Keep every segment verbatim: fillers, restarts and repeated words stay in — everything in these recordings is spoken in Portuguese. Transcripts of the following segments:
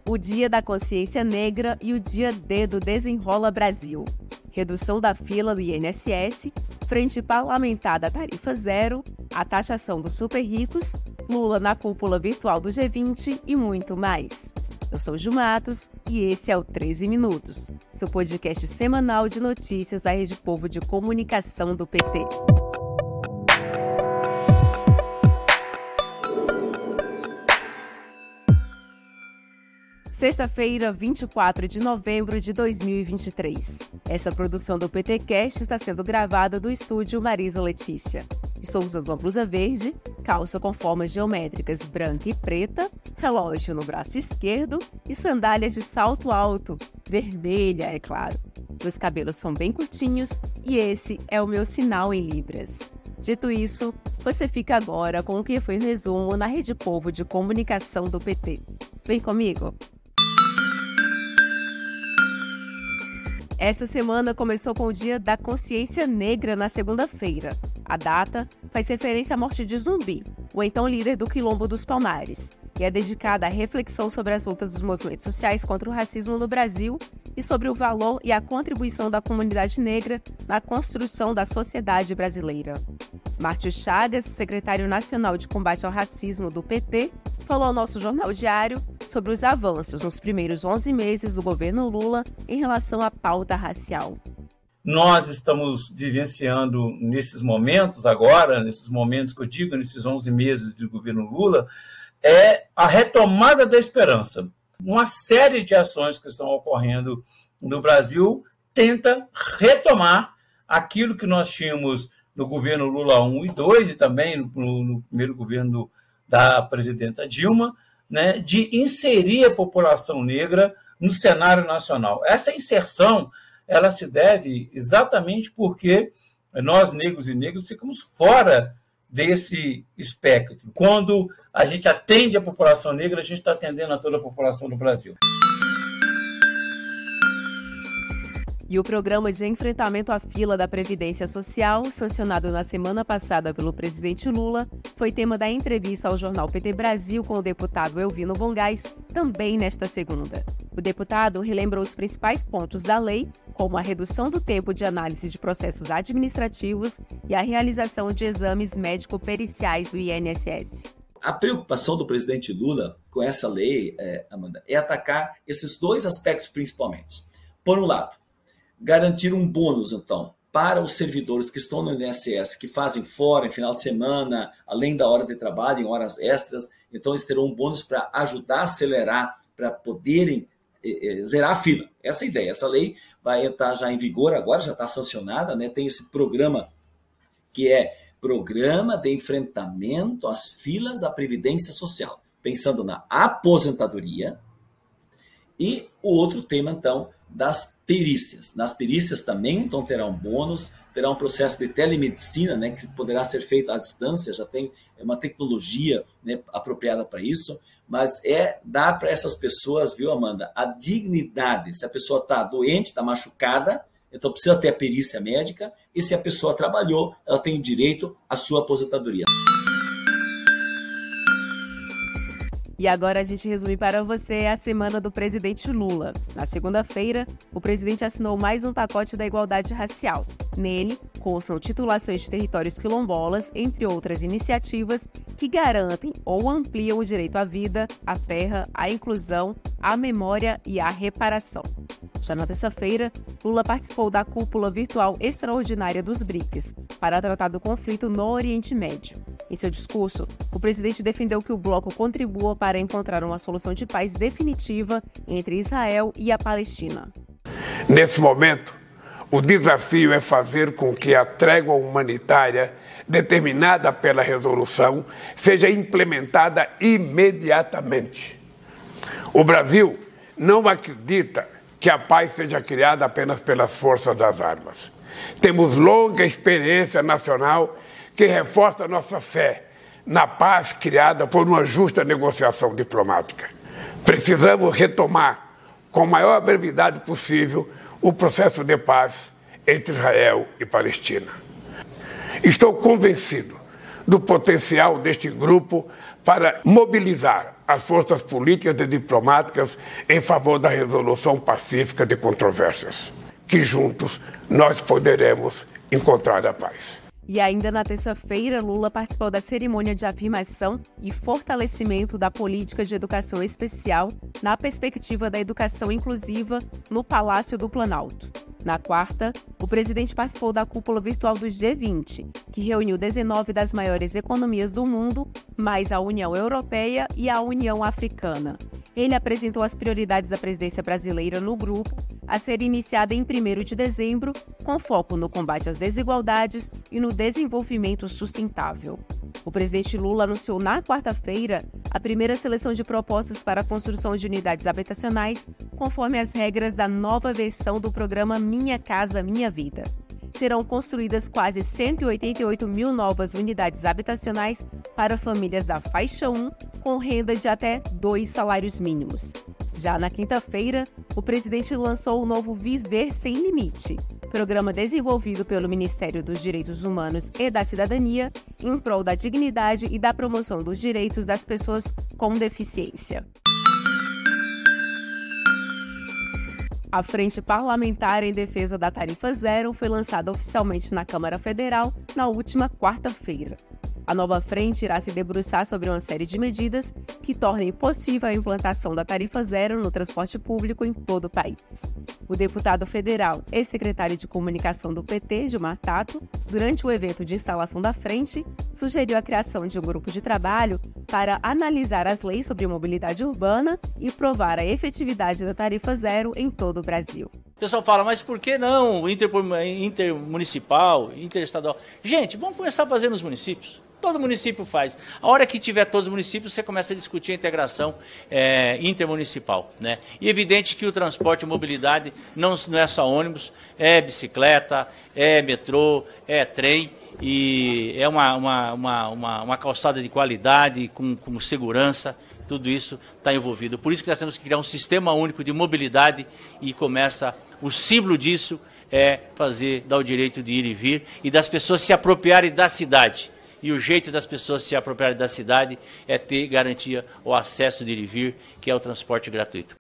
o Dia da Consciência Negra e o Dia D do Desenrola Brasil. Redução da fila do I N S S, frente parlamentar da tarifa zero, a taxação dos super ricos, Lula na cúpula virtual do G vinte e muito mais. Eu sou Ju Matos e esse é o treze Minutos, seu podcast semanal de notícias da Rede Povo de Comunicação do P T. Sexta-feira, vinte e quatro de novembro de dois mil e vinte e três. Essa produção do PTcast está sendo gravada do estúdio Marisa Letícia. Estou usando uma blusa verde, calça com formas geométricas branca e preta, relógio no braço esquerdo e sandálias de salto alto, vermelha, é claro. Meus cabelos são bem curtinhos e esse é o meu sinal em libras. Dito isso, você fica agora com o que foi o resumo na Rede Povo de Comunicação do P T. Vem comigo! Essa semana começou com o Dia da Consciência Negra na segunda-feira. A data faz referência à morte de Zumbi, o então líder do Quilombo dos Palmares, e é dedicada à reflexão sobre as lutas dos movimentos sociais contra o racismo no Brasil e sobre o valor e a contribuição da comunidade negra na construção da sociedade brasileira. Márcio Chagas, secretário nacional de combate ao racismo do P T, falou ao nosso Jornal Diário sobre os avanços nos primeiros onze meses do governo Lula em relação à pauta racial. Nós estamos vivenciando nesses momentos agora, nesses momentos que eu digo, nesses onze meses do governo Lula, é a retomada da esperança. Uma série de ações que estão ocorrendo no Brasil tenta retomar aquilo que nós tínhamos no governo Lula um e dois e também no, no primeiro governo da presidenta Dilma, né, de inserir a população negra no cenário nacional. Essa inserção ela se deve exatamente porque nós, negros e negras, ficamos fora desse espectro. Quando a gente atende a população negra, a gente está atendendo a toda a população do Brasil. E o Programa de Enfrentamento à Fila da Previdência Social, sancionado na semana passada pelo presidente Lula, foi tema da entrevista ao jornal P T Brasil com o deputado Elvino Bongás, também nesta segunda. O deputado relembrou os principais pontos da lei, como a redução do tempo de análise de processos administrativos e a realização de exames médico-periciais do I N S S. A preocupação do presidente Lula com essa lei, é, Amanda, é atacar esses dois aspectos principalmente. Por um lado, garantir um bônus, então, para os servidores que estão no I N S S, que fazem fora em final de semana, além da hora de trabalho, em horas extras. Então, eles terão um bônus para ajudar a acelerar, para poderem eh, zerar a fila. Essa é a ideia. Essa lei vai entrar já em vigor agora, já está sancionada, né? Tem esse programa que é Programa de Enfrentamento às Filas da Previdência Social, pensando na aposentadoria. E o outro tema, então, das perícias. Nas perícias também, então, terá um bônus, terá um processo de telemedicina, né, que poderá ser feito à distância, já tem uma tecnologia, né, apropriada para isso, mas é dar para essas pessoas, viu, Amanda, a dignidade. Se a pessoa está doente, está machucada, então precisa ter a perícia médica, e se a pessoa trabalhou, ela tem o direito à sua aposentadoria. E agora a gente resume para você a semana do presidente Lula. Na segunda-feira, o presidente assinou mais um pacote da igualdade racial. Nele, constam titulações de territórios quilombolas, entre outras iniciativas que garantem ou ampliam o direito à vida, à terra, à inclusão, à memória e à reparação. Já na terça-feira, Lula participou da cúpula virtual extraordinária dos B R I C S para tratar do conflito no Oriente Médio. Em seu discurso, o presidente defendeu que o bloco contribua para encontrar uma solução de paz definitiva entre Israel e a Palestina. Nesse momento, o desafio é fazer com que a trégua humanitária determinada pela resolução seja implementada imediatamente. O Brasil não acredita que a paz seja criada apenas pelas forças das armas. Temos longa experiência nacional que reforça nossa fé na paz criada por uma justa negociação diplomática. Precisamos retomar, com a maior brevidade possível, o processo de paz entre Israel e Palestina. Estou convencido do potencial deste grupo para mobilizar as forças políticas e diplomáticas em favor da resolução pacífica de controvérsias, que juntos nós poderemos encontrar a paz. E ainda na terça-feira, Lula participou da cerimônia de afirmação e fortalecimento da política de educação especial na perspectiva da educação inclusiva no Palácio do Planalto. Na quarta, o presidente participou da cúpula virtual do G vinte, que reuniu dezenove das maiores economias do mundo, mais a União Europeia e a União Africana. Ele apresentou as prioridades da presidência brasileira no grupo, a ser iniciada em primeiro de dezembro, com foco no combate às desigualdades e no desenvolvimento sustentável. O presidente Lula anunciou na quarta-feira a primeira seleção de propostas para a construção de unidades habitacionais, conforme as regras da nova versão do programa Minha Casa Minha Vida. Serão construídas quase cento e oitenta e oito mil novas unidades habitacionais para famílias da faixa um, com renda de até dois salários mínimos. Já na quinta-feira, o presidente lançou o novo Viver Sem Limite, programa desenvolvido pelo Ministério dos Direitos Humanos e da Cidadania em prol da dignidade e da promoção dos direitos das pessoas com deficiência. A Frente Parlamentar em Defesa da Tarifa Zero foi lançada oficialmente na Câmara Federal na última quarta-feira. A nova frente irá se debruçar sobre uma série de medidas que tornem possível a implantação da tarifa zero no transporte público em todo o país. O deputado federal e secretário de comunicação do P T, Gilmar Tato, durante o evento de instalação da frente, sugeriu a criação de um grupo de trabalho para analisar as leis sobre mobilidade urbana e provar a efetividade da tarifa zero em todo o Brasil. O pessoal fala, mas por que não inter, intermunicipal, interestadual? Gente, vamos começar a fazer nos municípios. Todo município faz. A hora que tiver todos os municípios, você começa a discutir a integração é, intermunicipal, né? E é evidente que o transporte e mobilidade não, não é só ônibus, é bicicleta, é metrô, é trem, e é uma, uma, uma, uma, uma calçada de qualidade, com, com segurança, tudo isso está envolvido. Por isso que nós temos que criar um sistema único de mobilidade e começa, o símbolo disso é fazer, dar o direito de ir e vir e das pessoas se apropriarem da cidade. E o jeito das pessoas se apropriarem da cidade é ter garantia o acesso de ir e vir, que é o transporte gratuito.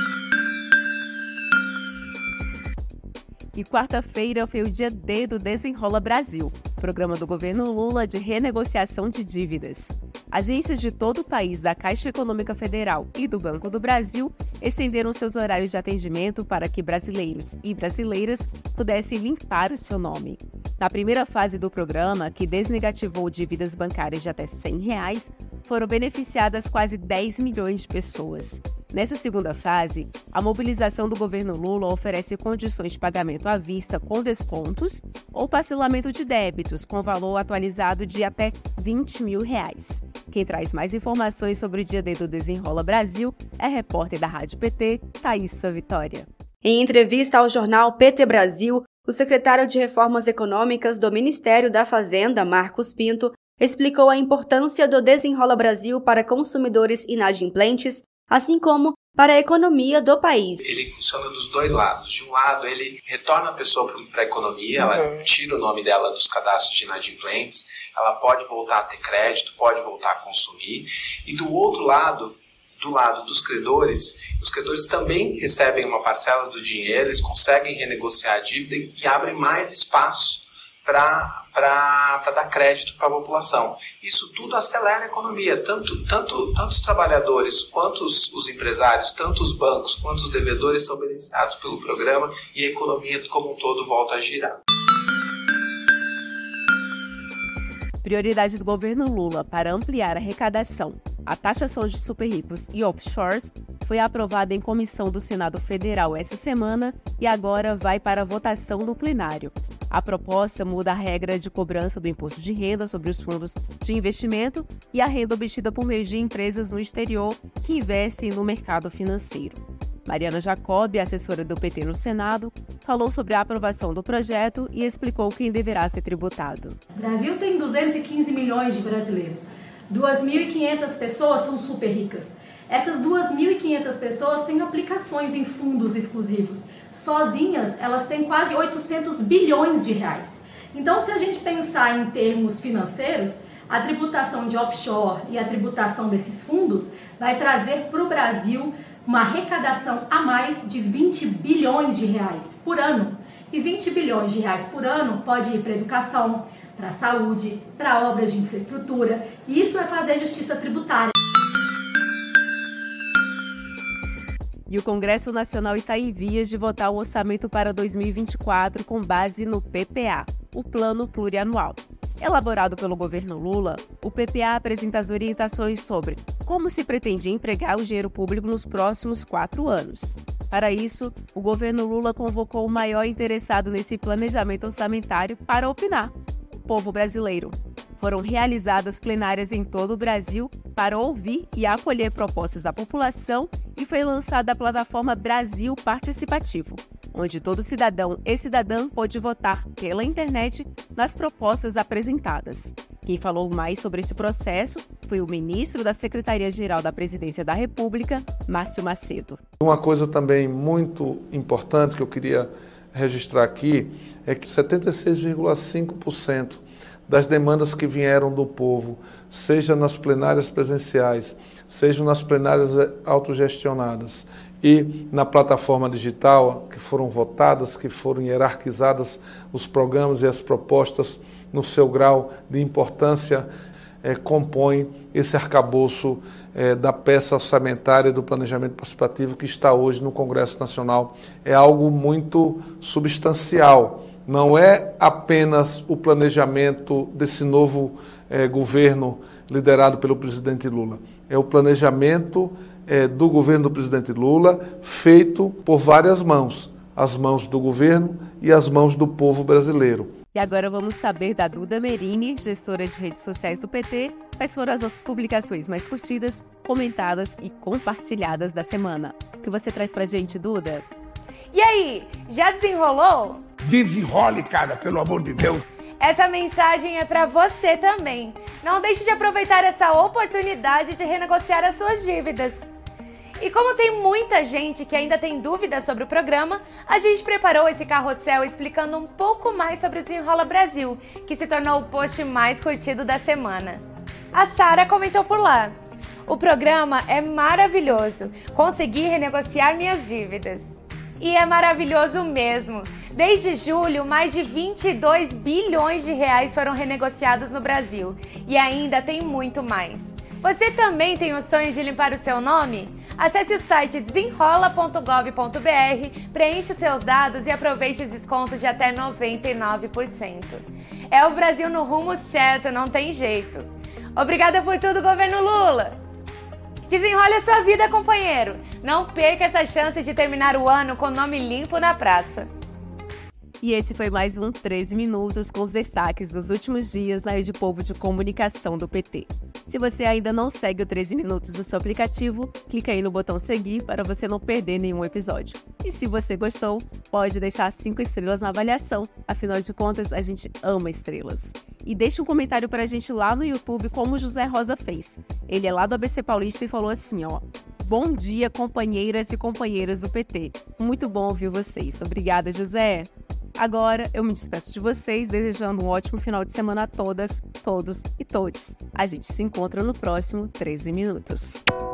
E quarta-feira foi o dia D do Desenrola Brasil, programa do governo Lula de renegociação de dívidas. Agências de todo o país da Caixa Econômica Federal e do Banco do Brasil estenderam seus horários de atendimento para que brasileiros e brasileiras pudessem limpar o seu nome. Na primeira fase do programa, que desnegativou dívidas bancárias de até cem reais, foram beneficiadas quase dez milhões de pessoas. Nessa segunda fase, a mobilização do governo Lula oferece condições de pagamento à vista com descontos ou parcelamento de débitos com valor atualizado de até vinte mil reais. Quem traz mais informações sobre o dia D do Desenrola Brasil é a repórter da Rádio P T, Thaísa Vitória. Em entrevista ao jornal P T Brasil, o secretário de Reformas Econômicas do Ministério da Fazenda, Marcos Pinto, explicou a importância do Desenrola Brasil para consumidores inadimplentes, assim como para a economia do país. Ele funciona dos dois lados. De um lado, ele retorna a pessoa para a economia, ela uhum. tira o nome dela dos cadastros de inadimplentes, ela pode voltar a ter crédito, pode voltar a consumir. E do outro lado, do lado dos credores, os credores também recebem uma parcela do dinheiro, eles conseguem renegociar a dívida e abrem mais espaço para dar crédito para a população. Isso tudo acelera a economia, tanto, tanto, tanto os trabalhadores quanto os, os empresários, tanto os bancos quanto os devedores são beneficiados pelo programa e a economia como um todo volta a girar. Prioridade do governo Lula para ampliar a arrecadação, a taxação de super ricos e offshores foi aprovada em comissão do Senado Federal essa semana e agora vai para a votação no plenário. A proposta muda a regra de cobrança do imposto de renda sobre os fundos de investimento e a renda obtida por meio de empresas no exterior que investem no mercado financeiro. Mariana Jacob, assessora do P T no Senado, falou sobre a aprovação do projeto e explicou quem deverá ser tributado. O Brasil tem duzentos e quinze milhões de brasileiros. duas mil e quinhentas pessoas são super ricas. Essas duas mil e quinhentas pessoas têm aplicações em fundos exclusivos. Sozinhas, elas têm quase oitocentos bilhões de reais. Então, se a gente pensar em termos financeiros, A tributação de offshore e a tributação desses fundos vai trazer para o Brasil uma arrecadação a mais de vinte bilhões de reais por ano. E vinte bilhões de reais por ano pode ir para educação, para saúde, para obras de infraestrutura. E isso é fazer justiça tributária. E o Congresso Nacional está em vias de votar o orçamento para dois mil e vinte e quatro com base no P P A, o Plano Plurianual. Elaborado pelo governo Lula, o P P A apresenta as orientações sobre como se pretende empregar o dinheiro público nos próximos quatro anos. Para isso, o governo Lula convocou o maior interessado nesse planejamento orçamentário para opinar: o povo brasileiro. Foram realizadas plenárias em todo o Brasil para ouvir e acolher propostas da população e foi lançada a plataforma Brasil Participativo, onde todo cidadão e cidadã pôde votar pela internet nas propostas apresentadas. Quem falou mais sobre esse processo foi o ministro da Secretaria-Geral da Presidência da República, Márcio Macedo. Uma coisa também muito importante que eu queria registrar aqui é que setenta e seis vírgula cinco por cento das demandas que vieram do povo, seja nas plenárias presenciais, seja nas plenárias autogestionadas e na plataforma digital, que foram votadas, que foram hierarquizadas os programas e as propostas no seu grau de importância, é, compõem esse arcabouço é, da peça orçamentária do planejamento participativo que está hoje no Congresso Nacional. É algo muito substancial. Não é apenas o planejamento desse novo eh, governo liderado pelo presidente Lula. É o planejamento eh, do governo do presidente Lula feito por várias mãos. As mãos do governo e as mãos do povo brasileiro. E agora vamos saber da Duda Merini, gestora de redes sociais do P T, quais foram as nossas publicações mais curtidas, comentadas e compartilhadas da semana. O que você traz pra gente, Duda? E aí, já desenrolou? Desenrole, cara, pelo amor de Deus. Essa mensagem é para você também. Não deixe de aproveitar essa oportunidade de renegociar as suas dívidas. E como tem muita gente que ainda tem dúvidas sobre o programa, a gente preparou esse carrossel explicando um pouco mais sobre o Desenrola Brasil, que se tornou o post mais curtido da semana. A Sara comentou por lá: o programa é maravilhoso, consegui renegociar minhas dívidas. E é maravilhoso mesmo. Desde julho, mais de vinte e dois bilhões de reais foram renegociados no Brasil. E ainda tem muito mais. Você também tem o sonho de limpar o seu nome? Acesse o site desenrola ponto gov ponto br, preencha os seus dados e aproveite os descontos de até noventa e nove por cento. É o Brasil no rumo certo, não tem jeito. Obrigada por tudo, governo Lula! Desenrole a sua vida, companheiro! Não perca essa chance de terminar o ano com o nome limpo na praça. E esse foi mais um treze minutos com os destaques dos últimos dias na Rede Povo de Comunicação do P T. Se você ainda não segue o treze minutos no seu aplicativo, clica aí no botão seguir para você não perder nenhum episódio. E se você gostou, pode deixar cinco estrelas na avaliação, afinal de contas a gente ama estrelas. E deixa um comentário pra gente lá no YouTube, como o José Rosa fez. Ele é lá do A B C Paulista e falou assim, ó: bom dia, companheiras e companheiros do P T. Muito bom ouvir vocês. Obrigada, José. Agora eu me despeço de vocês, desejando um ótimo final de semana a todas, todos e todes. A gente se encontra no próximo treze minutos.